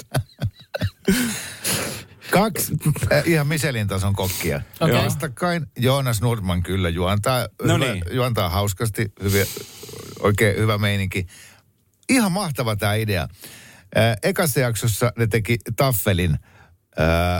Kaksi äh, ihan Michelin tason kokkia. Okei. Vastakkain Joonas Nordman kyllä juontaa, No hyvä, niin. juontaa hauskasti, hyviä, oikein hyvä meininki. Ihan mahtava tämä idea. Äh, ekassa jaksossa ne teki taffelin äh,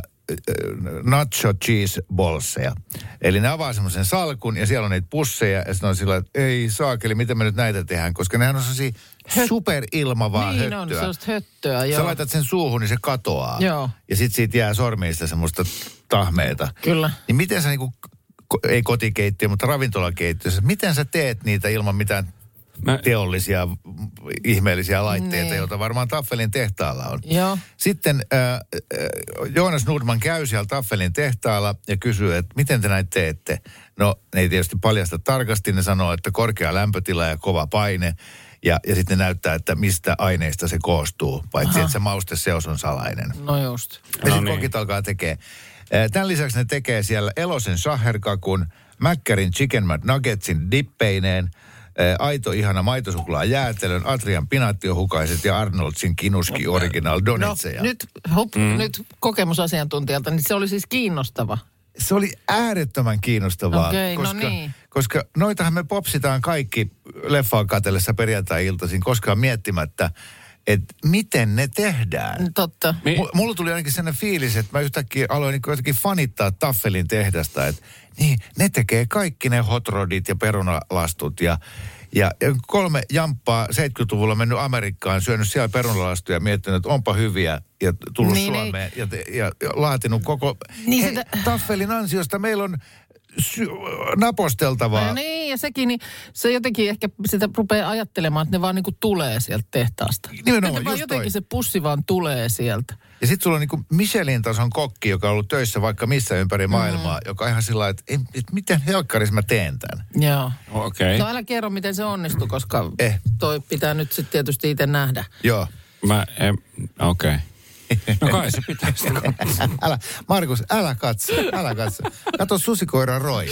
nacho cheese ballseja. Eli ne avaa semmoisen salkun ja siellä on niitä pusseja ja sitten on sillä, että ei saakeli, miten me nyt näitä tehdään, koska nehän on sellaisia superilmavaa Niin höttöä. on, sellaista höttöä, Sä joo. laitat sen suuhun, niin se katoaa. Joo. Ja sit siitä jää sormiista semmoista tahmeita. Kyllä. Niin miten sä niinku, ko- ei kotikeittiö, mutta ravintolakeittiössä, miten sä teet niitä ilman mitään Mä, teollisia, ihmeellisiä laitteita, Niin. joita varmaan Taffelin tehtaalla on. Joo. Sitten äh, äh, Joonas Nordman käy siellä Taffelin tehtaalla ja kysyy, että miten te näitä teette? No, ne ei tietysti paljasta tarkasti, ne sanoo, että korkea lämpötila ja kova paine. Ja, ja sitten ne näyttää, että mistä aineista se koostuu, paitsi Aha. että se mausteseos on salainen. No just. Ja No sitten niin. kokit alkaa tekee. Tämän lisäksi ne tekee siellä elosen shaherkakun, Mäkkärin Chicken McNuggetsin dippeineen, aito ihana maitosuklaa jäätelön, Atrian pinaattiohukaiset ja Arnoldsin kinuski original No donitseja. nyt, hop, mm. nyt kokemusasiantuntijalta, niin se oli siis kiinnostava. Se oli äärettömän kiinnostavaa, Okei, no koska, niin. koska noitahan me popsitaan kaikki leffaa katsellessa perjantai-iltaisin koskaan miettimättä, että miten ne tehdään. Totta. Mi- M- mulla tuli ainakin sellainen fiilis, että mä yhtäkkiä aloin niin jotenkin fanittaa Taffelin tehdasta, että niin, ne tekee kaikki ne hot rodit ja perunalastut ja, ja, ja kolme jamppaa seitsemänkymmentäluvulla mennyt Amerikkaan, syönyt siellä perunalastuja ja miettinyt, että onpa hyviä ja tullut Niin, Suomeen ja, te- ja, ja laatinut koko... Niin Hei, sitä- Taffelin ansiosta meillä on sy- naposteltavaa. No niin, ja sekin, niin se jotenkin ehkä sitä rupeaa ajattelemaan, että ne vaan niinku tulee sieltä tehtaasta. Nimenomaan, Ne vaan just jotenkin toi. se pussi vaan tulee sieltä. Ja sitten sulla on niinku Michelin tason kokki, joka on ollut töissä vaikka missä ympäri maailmaa, mm. joka on ihan sillä lailla, että ei, et miten helkkaris mä teen tämän. Joo. okei. Okay. No älä kerro, miten se onnistui, koska Eh. toi pitää nyt sitten tietysti itse nähdä. Joo. Mä, en, okei. Okay. No kai se pitää sitä. Älä, Markus, älä katso, älä katso. Kato susikoira Roy.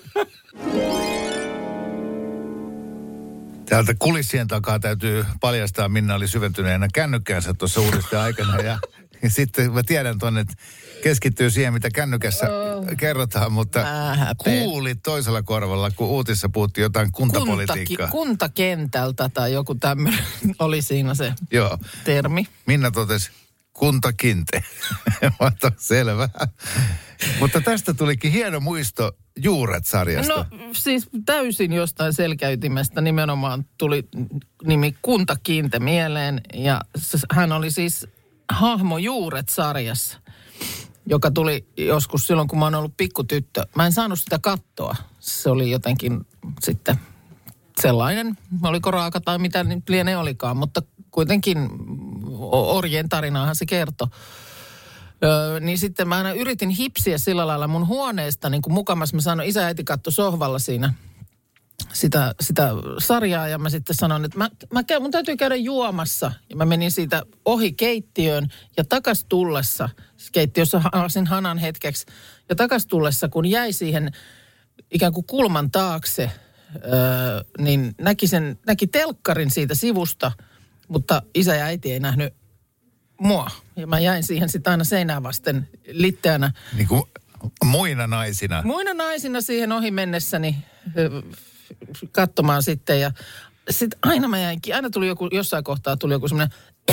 Täältä kulissien takaa täytyy paljastaa, Minna oli syventyneenä kännykkäänsä tuossa uudesta aikana ja Ja sitten mä tiedän tuonne, että keskittyy siihen, mitä kännykässä oh. kerrotaan, mutta kuulit toisella korvalla, kun uutissa puhuttiin jotain kuntapolitiikkaa. Kuntaki, kuntakentältä tai joku tämmöinen oli siinä se Joo. termi. Minna totesi kuntakinte. Selvä. Mutta tästä tulikin hieno muisto Juuret-sarjasta. No siis täysin jostain selkäytimestä nimenomaan tuli nimi Kuntakinte mieleen. Ja hän oli siis hahmo Juuret-sarjassa, joka tuli joskus silloin, kun mä oon ollut pikkutyttö. Mä en saanut sitä katsoa. Se oli jotenkin sitten sellainen, oliko raaka tai mitä nyt lienee olikaan, mutta kuitenkin orjien tarinaahan se kertoi. Öö, niin sitten mä aina yritin hipsiä sillä lailla mun huoneesta, niin kuin mukamas mä sanoin, isä ja äiti katsoi sohvalla siinä sitä, sitä sarjaa ja mä sitten sanoin, että mä, mä käyn, mun täytyy käydä juomassa. Ja mä menin siitä ohi keittiöön ja takas tullessa, keittiössä avasin hanan hetkeksi, ja takas tullessa, kun jäi siihen ikään kuin kulman taakse, öö, niin näki, sen, näki telkkarin siitä sivusta, mutta isä ja äiti ei nähnyt mua. Ja mä jäin siihen sitten aina seinää vasten litteänä. Niin kuin muina naisina. Muina naisina siihen ohi mennessäni katsomaan sitten. Ja sitten aina mä jäinkin, aina tuli joku, jossain kohtaa tuli joku semmoinen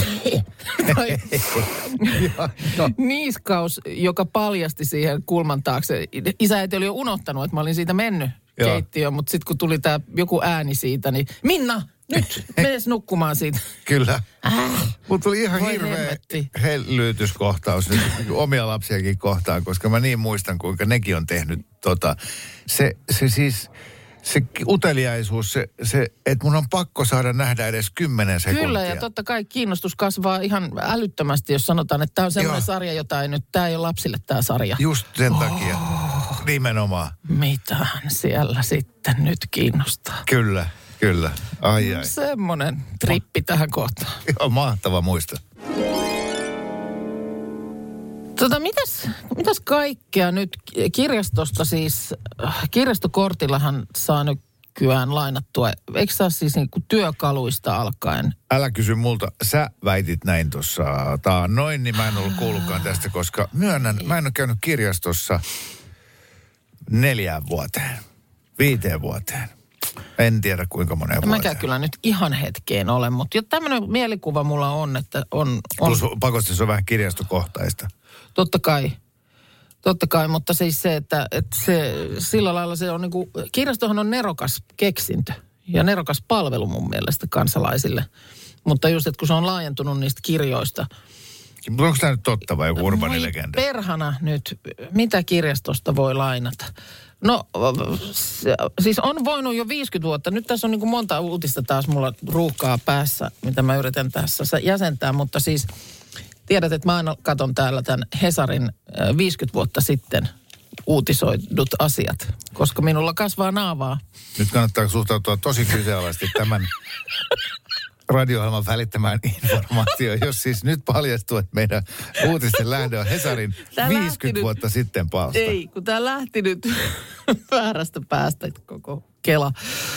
niiskaus, joka paljasti siihen kulman taakse. Isä äiti oli jo unohtanut, että mä olin siitä mennyt keittiöön, mutta sitten kun tuli tää joku ääni siitä, niin Minna! Nyt menes nukkumaan siitä. Kyllä. Äh, Mutta tuli ihan Voi hirveä hemmetti. hellytyskohtaus nyt omia lapsiakin kohtaan, koska mä niin muistan, kuinka nekin on tehnyt tota. Se, se siis, se uteliaisuus, se, se että mun on pakko saada nähdä edes kymmenen sekuntia. Kyllä, ja totta kai kiinnostus kasvaa ihan älyttömästi, jos sanotaan, että tämä on semmoinen Joo. sarja, jota ei nyt, tämä ei ole lapsille tämä sarja. Just sen oh. takia. Nimenomaan. Mitähän siellä sitten nyt kiinnostaa? Kyllä. Kyllä, ai ai. Semmoinen trippi tähän kohtaan. Joo, mahtava muisto. Tota, mitäs, mitäs kaikkea nyt kirjastosta siis, kirjastokortillahan saa nykyään lainattua, eikö saa siis niinku työkaluista alkaen? Älä kysy multa, sä väitit näin tuossa taannoin, niin mä en ollut kuullutkaan tästä, koska myönnän, mä en ole käynyt kirjastossa neljään vuoteen, viiteen vuoteen. En tiedä kuinka moneen vuoteen. Mäkään kyllä nyt ihan hetkeen ole, mutta tämmöinen mielikuva mulla on, että on... on... Plus pakosti se on vähän kirjastokohtaista. Totta kai. Totta kai, mutta siis se, että, että se, sillä lailla se on niin kuin, kirjastohan on nerokas keksintö ja nerokas palvelu mun mielestä kansalaisille. Mutta just, että kun se on laajentunut niistä kirjoista. Mutta onko tämä nyt totta vai joku urbani legenda? Perhana nyt, mitä kirjastosta voi lainata? No siis on voinut jo viisikymmentä vuotta. Nyt tässä on niin kuin monta uutista taas mulla ruuhkaa päässä, mitä mä yritän tässä jäsentää. Mutta siis tiedät, että mä aina katon täällä tämän Hesarin viisikymmentä vuotta sitten uutisoidut asiat, koska minulla kasvaa naavaa. Nyt kannattaa suhtautua tosi kyseenalaisesti tämän radio-ohjelman välittämään informaatioon, jos siis nyt paljastuu, että meidän uutisten lähde on Hesarin tää viisikymmentä vuotta sitten palsta. Ei, kun tämä lähti nyt väärästä päästä koko kela.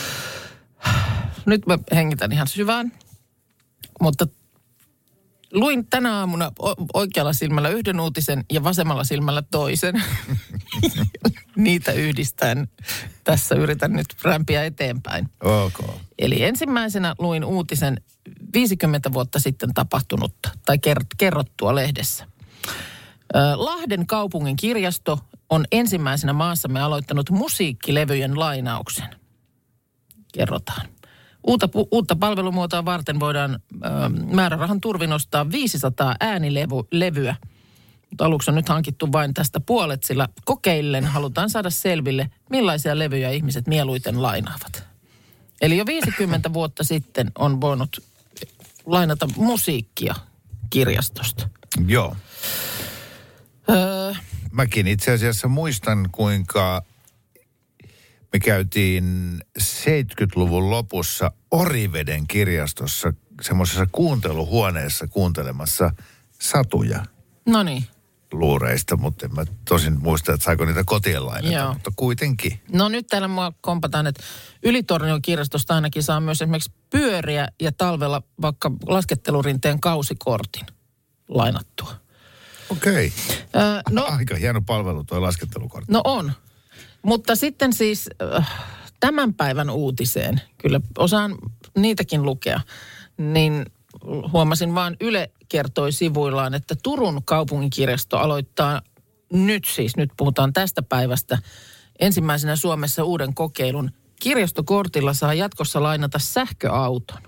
Nyt mä hengitän ihan syvään, mutta luin tänä aamuna oikealla silmällä yhden uutisen ja vasemmalla silmällä toisen. Niitä yhdistäen tässä yritän nyt rämpiä eteenpäin. Okay. Eli ensimmäisenä luin uutisen viisikymmentä vuotta sitten tapahtunutta tai kerrottua lehdessä. Lahden kaupungin kirjasto on ensimmäisenä maassamme aloittanut musiikkilevyjen lainauksen. Kerrotaan. Uutta, uutta palvelumuotoa varten voidaan ö, määrärahan turvin ostaa viisisataa äänilevyä. Mutta aluksi on nyt hankittu vain tästä puolet, sillä kokeillen halutaan saada selville, millaisia levyjä ihmiset mieluiten lainaavat. Eli jo viisikymmentä vuotta sitten on voinut lainata musiikkia kirjastosta. Joo. Öö, Mäkin itse asiassa muistan, kuinka me käytiin seitsemänkymmentäluvun lopussa Oriveden kirjastossa semmoisessa kuunteluhuoneessa kuuntelemassa satuja. No niin. Luureista, mutta en mä tosin muista, että saiko niitä kotien lainata, Joo. mutta kuitenkin. No nyt täällä mua kompataan, että Ylitornion kirjastosta ainakin saa myös esimerkiksi pyöriä ja talvella vaikka laskettelurinteen kausikortin lainattua. Okei. Ö, no, Aika hieno palvelu tuo laskettelukortti. no on. Mutta sitten siis äh, tämän päivän uutiseen, kyllä osaan niitäkin lukea, niin huomasin vaan Yle kertoi sivuillaan, että Turun kaupunginkirjasto aloittaa nyt siis, nyt puhutaan tästä päivästä, ensimmäisenä Suomessa uuden kokeilun. Kirjastokortilla saa jatkossa lainata sähköauton.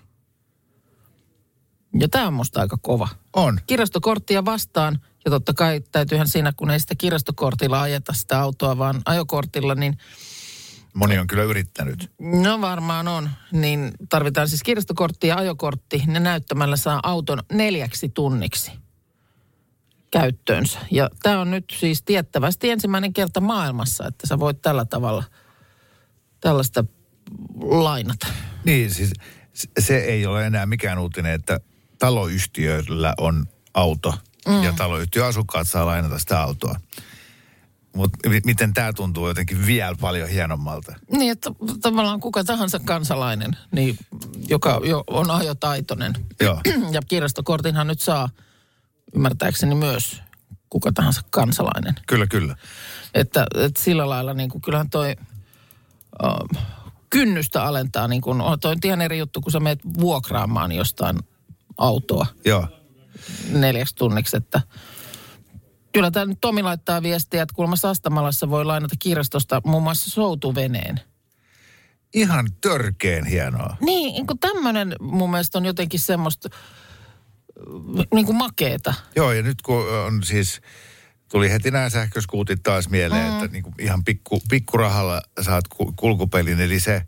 Ja tämä on musta aika kova. On. Kirjastokorttia vastaan, ja totta kai täytyyhän siinä, kun ei sitä kirjastokortilla ajeta sitä autoa, vaan ajokortilla, niin Moni on kyllä yrittänyt. no varmaan on. Niin tarvitaan siis kirjastokortti ja ajokortti. Ne näyttämällä saa auton neljäksi tunniksi käyttöönsä. Ja tämä on nyt siis tiettävästi ensimmäinen kerta maailmassa, että sä voit tällä tavalla tällaista lainata. Niin, siis se ei ole enää mikään uutinen, että taloyhtiöillä on auto mm. ja taloyhtiön asukkaat saa lainata sitä autoa. Mutta miten tämä tuntuu jotenkin vielä paljon hienommalta? Niin, että tavallaan kuka tahansa kansalainen, niin, joka jo on ajotaitoinen. Joo. Ja kirjastokortinhan nyt saa ymmärtääkseni myös kuka tahansa kansalainen. Kyllä, kyllä. Että, että sillä lailla niin kuin, kyllähän toi uh, kynnystä alentaa, niin kuin, on toi ihan eri juttu, kun sä meet vuokraamaan jostain autoa Joo. neljäksi tunniksi, että kyllä täällä nyt Tomi laittaa viestiä, että kuulemma Sastamalassa voi lainata kirjastosta muun muassa soutuveneen. Ihan törkeen hienoa. Niin, niin kuin tämmöinen mun mielestä on jotenkin semmoista niin kuin makeeta. Joo, ja nyt kun on siis, tuli heti nämä sähköskuutit taas mieleen, mm. että niin kuin ihan pikku, pikkurahalla saat kulkupelin. Eli se,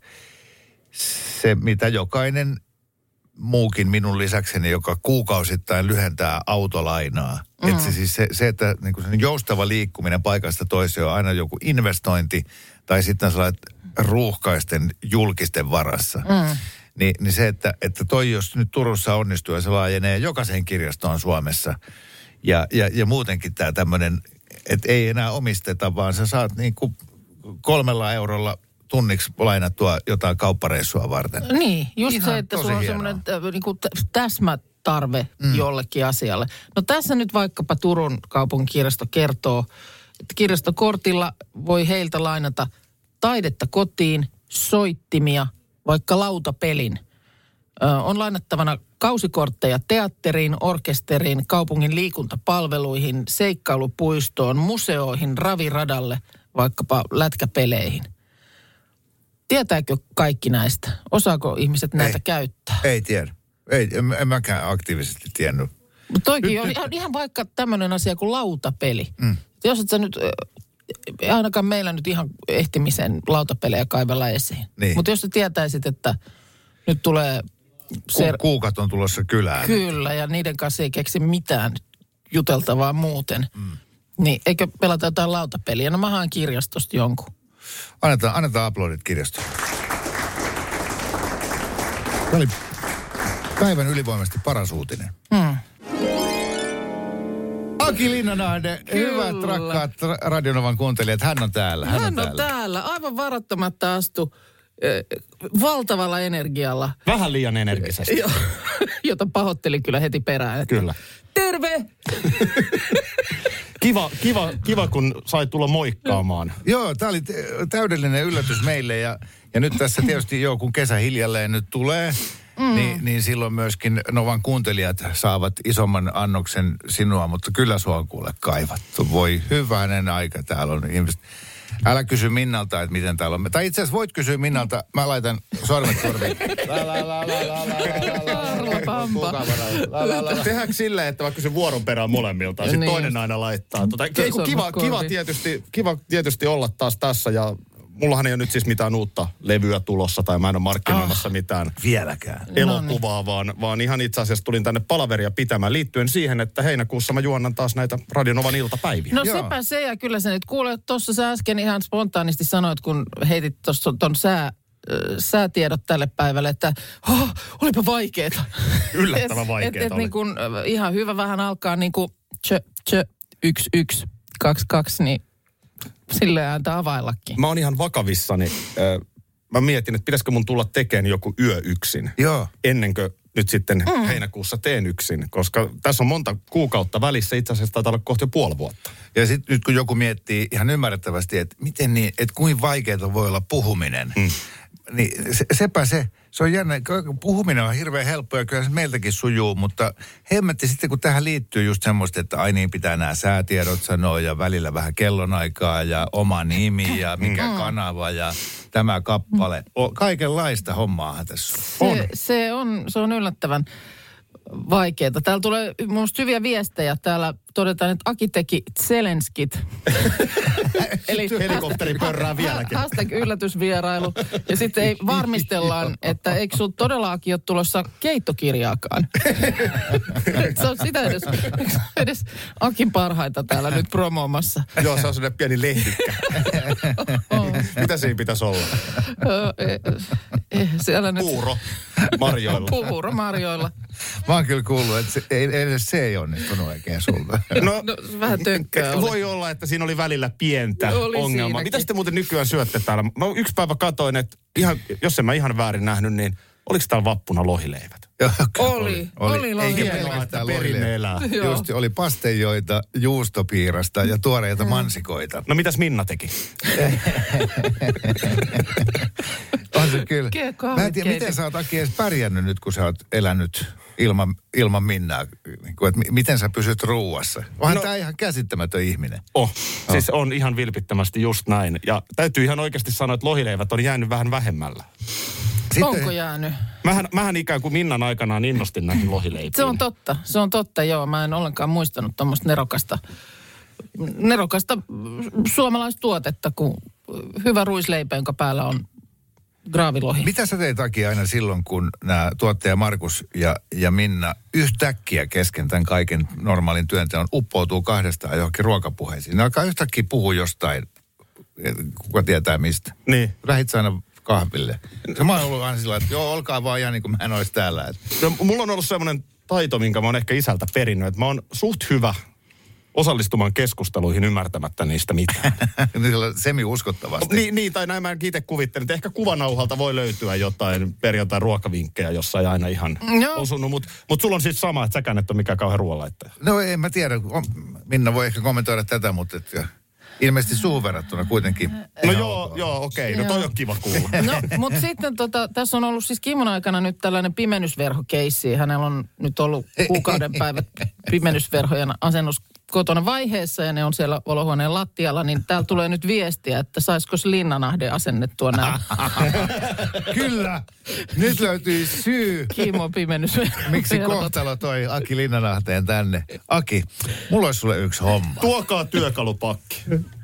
se, mitä jokainen muukin minun lisäkseni, joka kuukausittain lyhentää autolainaa. Mm. Että se, siis se, se, että niin kuin joustava liikkuminen paikasta toiseen on aina joku investointi tai sitten sellaiset ruuhkaisten julkisten varassa. Mm. Ni, niin se, että, että toi jos nyt Turussa onnistuu ja se laajenee jokaiseen kirjastoon Suomessa ja, ja, ja muutenkin tämä tämmöinen, että ei enää omisteta, vaan sä saat niin kuin kolmella eurolla tunniksi lainattua jotain kauppareissua varten. Niin, just Ihan se, että sulla on hienoa. semmoinen äh, niin kuin täsmätarve mm. jollekin asialle. No tässä nyt vaikkapa Turun kaupunkikirjasto kertoo, että kirjastokortilla voi heiltä lainata taidetta kotiin, soittimia, vaikka lautapelin. Ö, on lainattavana kausikortteja teatteriin, orkesteriin, kaupungin liikuntapalveluihin, seikkailupuistoon, museoihin, raviradalle, vaikkapa lätkäpeleihin. Tietääkö kaikki näistä? Osaako ihmiset näitä ei, käyttää? Ei tiedä. Ei, en, en mäkään aktiivisesti tiennyt. Mutta toikin on ihan, ihan vaikka tämmöinen asia kuin lautapeli. Mm. Jos et sä nyt, äh, ainakaan meillä nyt ihan ehtimisen lautapelejä kaivella esiin. Niin. Mutta jos sä tietäisit, että nyt tulee Ser- Kuukat on tulossa kylään. Kyllä, ja niiden kanssa ei keksi mitään juteltavaa muuten. Mm. Niin, eikö pelata jotain lautapeliä? No mä haan kirjastosta jonkun. Annetaan, annetaan aplodit kirjastoon. Tämä oli päivän ylivoimaisesti paras uutinen. Hmm. Aki Linnanahde, hyvät rakkaat Radionovan kuuntelijat, hän on täällä. Hän, Hän on, on täällä. täällä, aivan varattomatta astu äh, valtavalla energialla. Vähän liian energisesti. Jo, jota pahoittelin kyllä heti perään. Että Kyllä. Terve! Kiva, kiva, kiva, kun sait tulla moikkaamaan. Joo, tämä oli täydellinen yllätys meille ja, ja nyt tässä tietysti joo, kun kesä hiljalleen nyt tulee, mm. niin, niin silloin myöskin Novan kuuntelijat saavat isomman annoksen sinua, mutta kyllä sua on kuule kaivattu. Voi hyvänen aika, täällä on ihmiset. Älä kysy Minnalta, että miten täällä on. Tai itse asiassa voit kysyä Minnalta, mä laitan sormet korviin. Tehdäänkö silleen, että mä kysyn vuoron perään molemmilta, sitten Niin. toinen aina laittaa. Tota, kiva, Sormet kiva, kiva, korviin. tietysti, kiva tietysti olla taas tässä ja mullahan ei ole nyt siis mitään uutta levyä tulossa tai mä en ole markkinoimassa mitään Vieläkään. elokuvaa, vaan, vaan ihan itse asiassa tulin tänne palaveria pitämään liittyen siihen, että heinäkuussa mä juonnan taas näitä Radionovan iltapäiviä. No Joo. sepä se, ja kyllä sä nyt kuule, tuossa sä äsken ihan spontaanisti sanoit, kun heitit tuossa ton sää, äh, säätiedot tälle päivälle, että oh, olipa vaikeeta. Yllättävän vaikeeta et, et, oli. niin kun, äh, ihan hyvä vähän alkaa niin kuin tjö, tjö, yksi, yksi, kaksi, kaksi, niin silleen ääntä availlakin. Mä oon ihan vakavissani. Äh, mä mietin, että pitäisikö mun tulla tekemään joku yö yksin. Joo. Ennen kuin nyt sitten mm. heinäkuussa teen yksin, koska tässä on monta kuukautta välissä, itse asiassa taitaa olla kohta jo puoli vuotta. Ja sitten nyt kun joku miettii ihan ymmärrettävästi, että miten niin, että kuinka vaikeaa voi olla puhuminen, mm. niin se, sepä se, se on jännä. Puhuminen on hirveän helppoa ja kyllä se meiltäkin sujuu, mutta hemmetti sitten kun tähän liittyy just semmoista, että ai niin pitää nämä säätiedot sanoa ja välillä vähän kellonaikaa ja oma nimi ja mikä mm. kanava ja tämä kappale. O, kaikenlaista hommaahan tässä on. Se, se on. Se on yllättävän vaikeaa. Täällä tulee minusta hyviä viestejä. Täällä todetaan, että Aki teki Zelenskit. Eli helikopteri pörrää vieläkin. Hashtag yllätysvierailu. Ja sitten ei varmistellaan, että eikö sinulla todellakin ole tulossa keittokirjaakaan. Se on sitä edes, edes Akin parhaita täällä nyt promoomassa. Joo, se on sellainen pieni lehdykkä. Mitä siinä pitäisi olla? Siellä nyt... Puuro marjoilla. Puuro marjoilla. Mä oon kyllä kuullut, että se, ei, edes se ei onnistunut oikein sulta. No, no vähän tönkkää voi olla, että siinä oli välillä pientä oli ongelmaa. Siinäkin. Mitä sitten muuten nykyään syötte täällä? Mä yksi päivä katoin, että ihan, jos en mä ihan väärin nähnyt, niin oliko täällä vappuna lohileivät? Oli, oli, oli lohileivät. Hienoa, että perinne elää. Just oli pasteijoita, juustopiirasta ja tuoreita mm. mansikoita. No mitäs Minna teki? On se kyllä. Mä en tiedä, miten sä oot Aki edes pärjännyt nyt, kun sä oot elänyt ilman, ilman Minnaa. Niin että miten sä pysyt ruuassa? Onhan no, tää ihan käsittämätön ihminen. Oh, oh, siis on ihan vilpittömästi just näin. Ja täytyy ihan oikeasti sanoa, että lohileivät on jäänyt vähän vähemmällä. Sitten, onko jäänyt? Mähän, mähän ikään kuin Minnan aikanaan innostin näihin lohileipiin. Se on totta, se on totta, joo. Mä en ollenkaan muistanut tuommoista nerokasta, nerokasta suomalaistuotetta, kun hyvä ruisleipä, jonka päällä on graavilohi. Mitä sä teit Aki aina silloin, kun nämä tuottaja Markus ja, ja Minna yhtäkkiä kesken tämän kaiken normaalin työnteon uppoutuu kahdestaan johonkin ruokapuheisiin? Ne alkaa yhtäkkiä puhua jostain, kuka tietää mistä. Niin. Lähit sä aina kahville. Se mä oon ollut aina sillä, että joo, olkaa vaan ihan niin kuin mä en olisi täällä. No, mulla on ollut semmoinen taito, minkä mä oon ehkä isältä perinnyt, että mä oon suht hyvä osallistumaan keskusteluihin ymmärtämättä niistä mitään. Semi-uskottavasti. Niin, niin, tai näin mä itse kuvittelin, että ehkä kuvanauhalta voi löytyä jotain perjantai ruokavinkkejä, jossa ei aina ihan no. osunut, mutta mut sulla on siis sama, että säkään et ole mikään kauhean ruoanlaittaja. No en mä tiedä, Minna voi ehkä kommentoida tätä, mutta et, ilmeisesti suuhun verrattuna kuitenkin. No joo, joo, okei, okay. No toi on kiva kuulla. No, mutta sitten tota, tässä on ollut siis Kimon aikana nyt tällainen pimennysverhokeissi. Hänellä on nyt ollut kuukauden päivät pimennysverhojen asennus kotona vaiheessa ja ne on siellä olohuoneen lattialla, niin täällä tulee nyt viestiä, että saisiko Linnanahde asennettua nämä. Kyllä, nyt löytyy syy. Kimon pimennysverho. Miksi kohtalo toi Aki Linnanahteen tänne? Aki, mulla olisi sulle yksi homma. Tuokaa työkalupakki.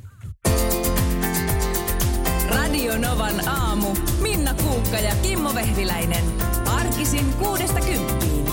Radio Novan aamu. Minna Kuukka ja Kimmo Vehviläinen. Arkisin kuudesta kymppiin.